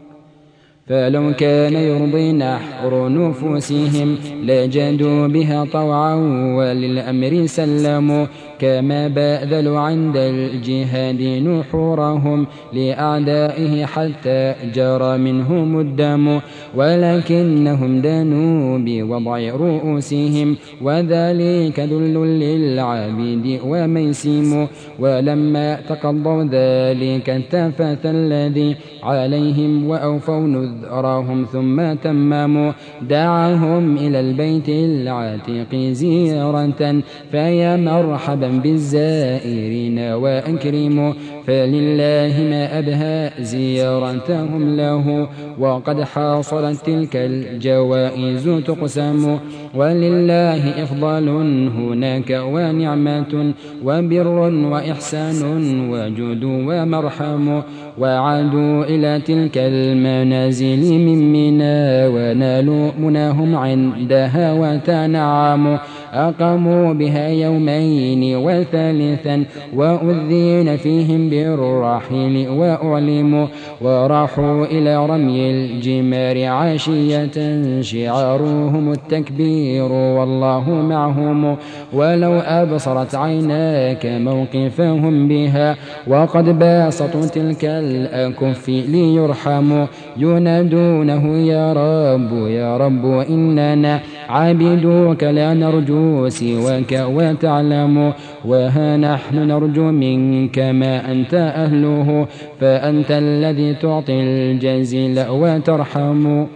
فلو كان يرضي نحر نفوسهم لجدوا بها طوعا وللأمر سلموا كما باذلوا عند الجهاد نحورهم لأعدائه حتى جرى منهم الدم ولكنهم دانوا بوضع رؤوسهم وذلك ذل للعبيد وميسيم ولما تقضوا ذلك التفت الذي عليهم وأوفوا نذرهم ثم تمموا دعاهم إلى البيت العتيق زيارة فيا مرحبا بالزائرين وأكرموا فلله ما أبهى زيارتهم له وقد حاصلت تلك الجوائز تقسم ولله إفضال هناك ونعمة وبر وإحسان وجود ومرحم وعادوا إلى تلك المنازل من منى ونالوا مناهم عندها وتنعموا أقاموا بها يومين وثالثا وأذين فيهم بالرحيل وأعلموا وراحوا إلى رمي الجمار عشية شعارهم التكبير والله معهم ولو أبصرت عيناك موقفهم بها وقد باسطوا تلك الأكف ليرحموا ينادونه يا رب يا رب إننا عابدوك لا نرجو سواك وتعلم وها نحن نرجو منك ما أنت أهله فأنت الذي تعطي الجزيل وترحم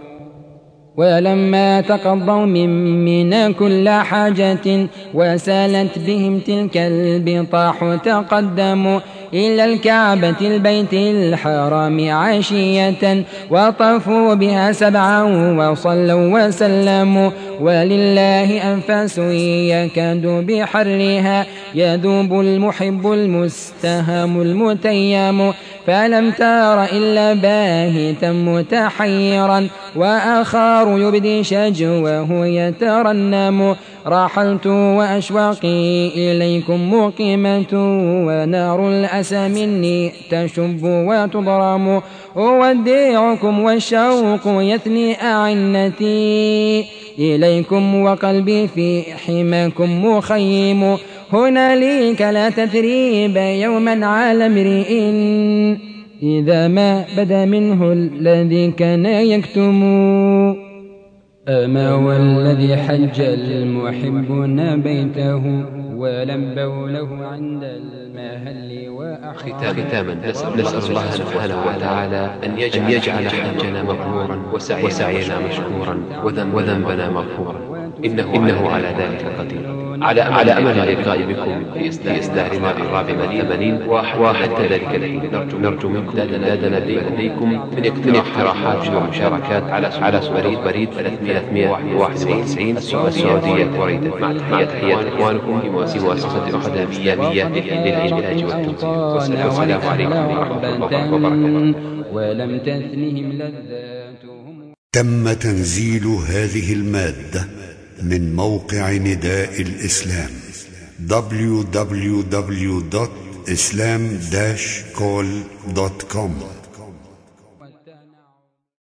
ولما تقضوا من منا كل حاجة وسالت بهم تلك البطاح تقدموا إلى الكعبة البيت الحرام عشية وطافوا بها سبعا وصلوا وسلموا ولله أنفاس يكاد بحرها يذوب المحب المستهام المتيم فلم تار إلا باهتا متحيرا وآخر يبدي شجوه يترنم رحلت وأشواقي إليكم مقيمة ونار الأسى مني تشب وتضرم أودعكم والشوق يثني أعنتي إليكم وقلبي في حماكم مخيم هنالك لا تثريب يوما على امرئ إذا ما بدا منه الذي كان يكتم أما والذي حج المحبون بيته ولبوا له عند المهل وأحرم ختاما نسأل الله سبحانه وتعالى أن يجعل, يجعل حجنا مبرورا وسعينا مشكورا وذنبنا مغفورا إنه, إنه على ذلك قدير. على على أمل اللقاء بكم في إصدارنا الرابع والثمانين، وحتى ذلك الحين نرجو منكم إمدادنا لديكم من اقتراحات ومشاركات على بريد بريد ثلاثمائة وواحد وتسعين السعودية الكويت، مع تحيات إخوانكم في مؤسسة أخدامية للعلاج والتوزيع. والسلام عليكم ورحمة الله وبركاته. ولم تثنهم لذاتهم. تم تنزيل هذه المادة من موقع نداء الإسلام دبليو دبليو دبليو دوت إسلام داش كول دوت كوم.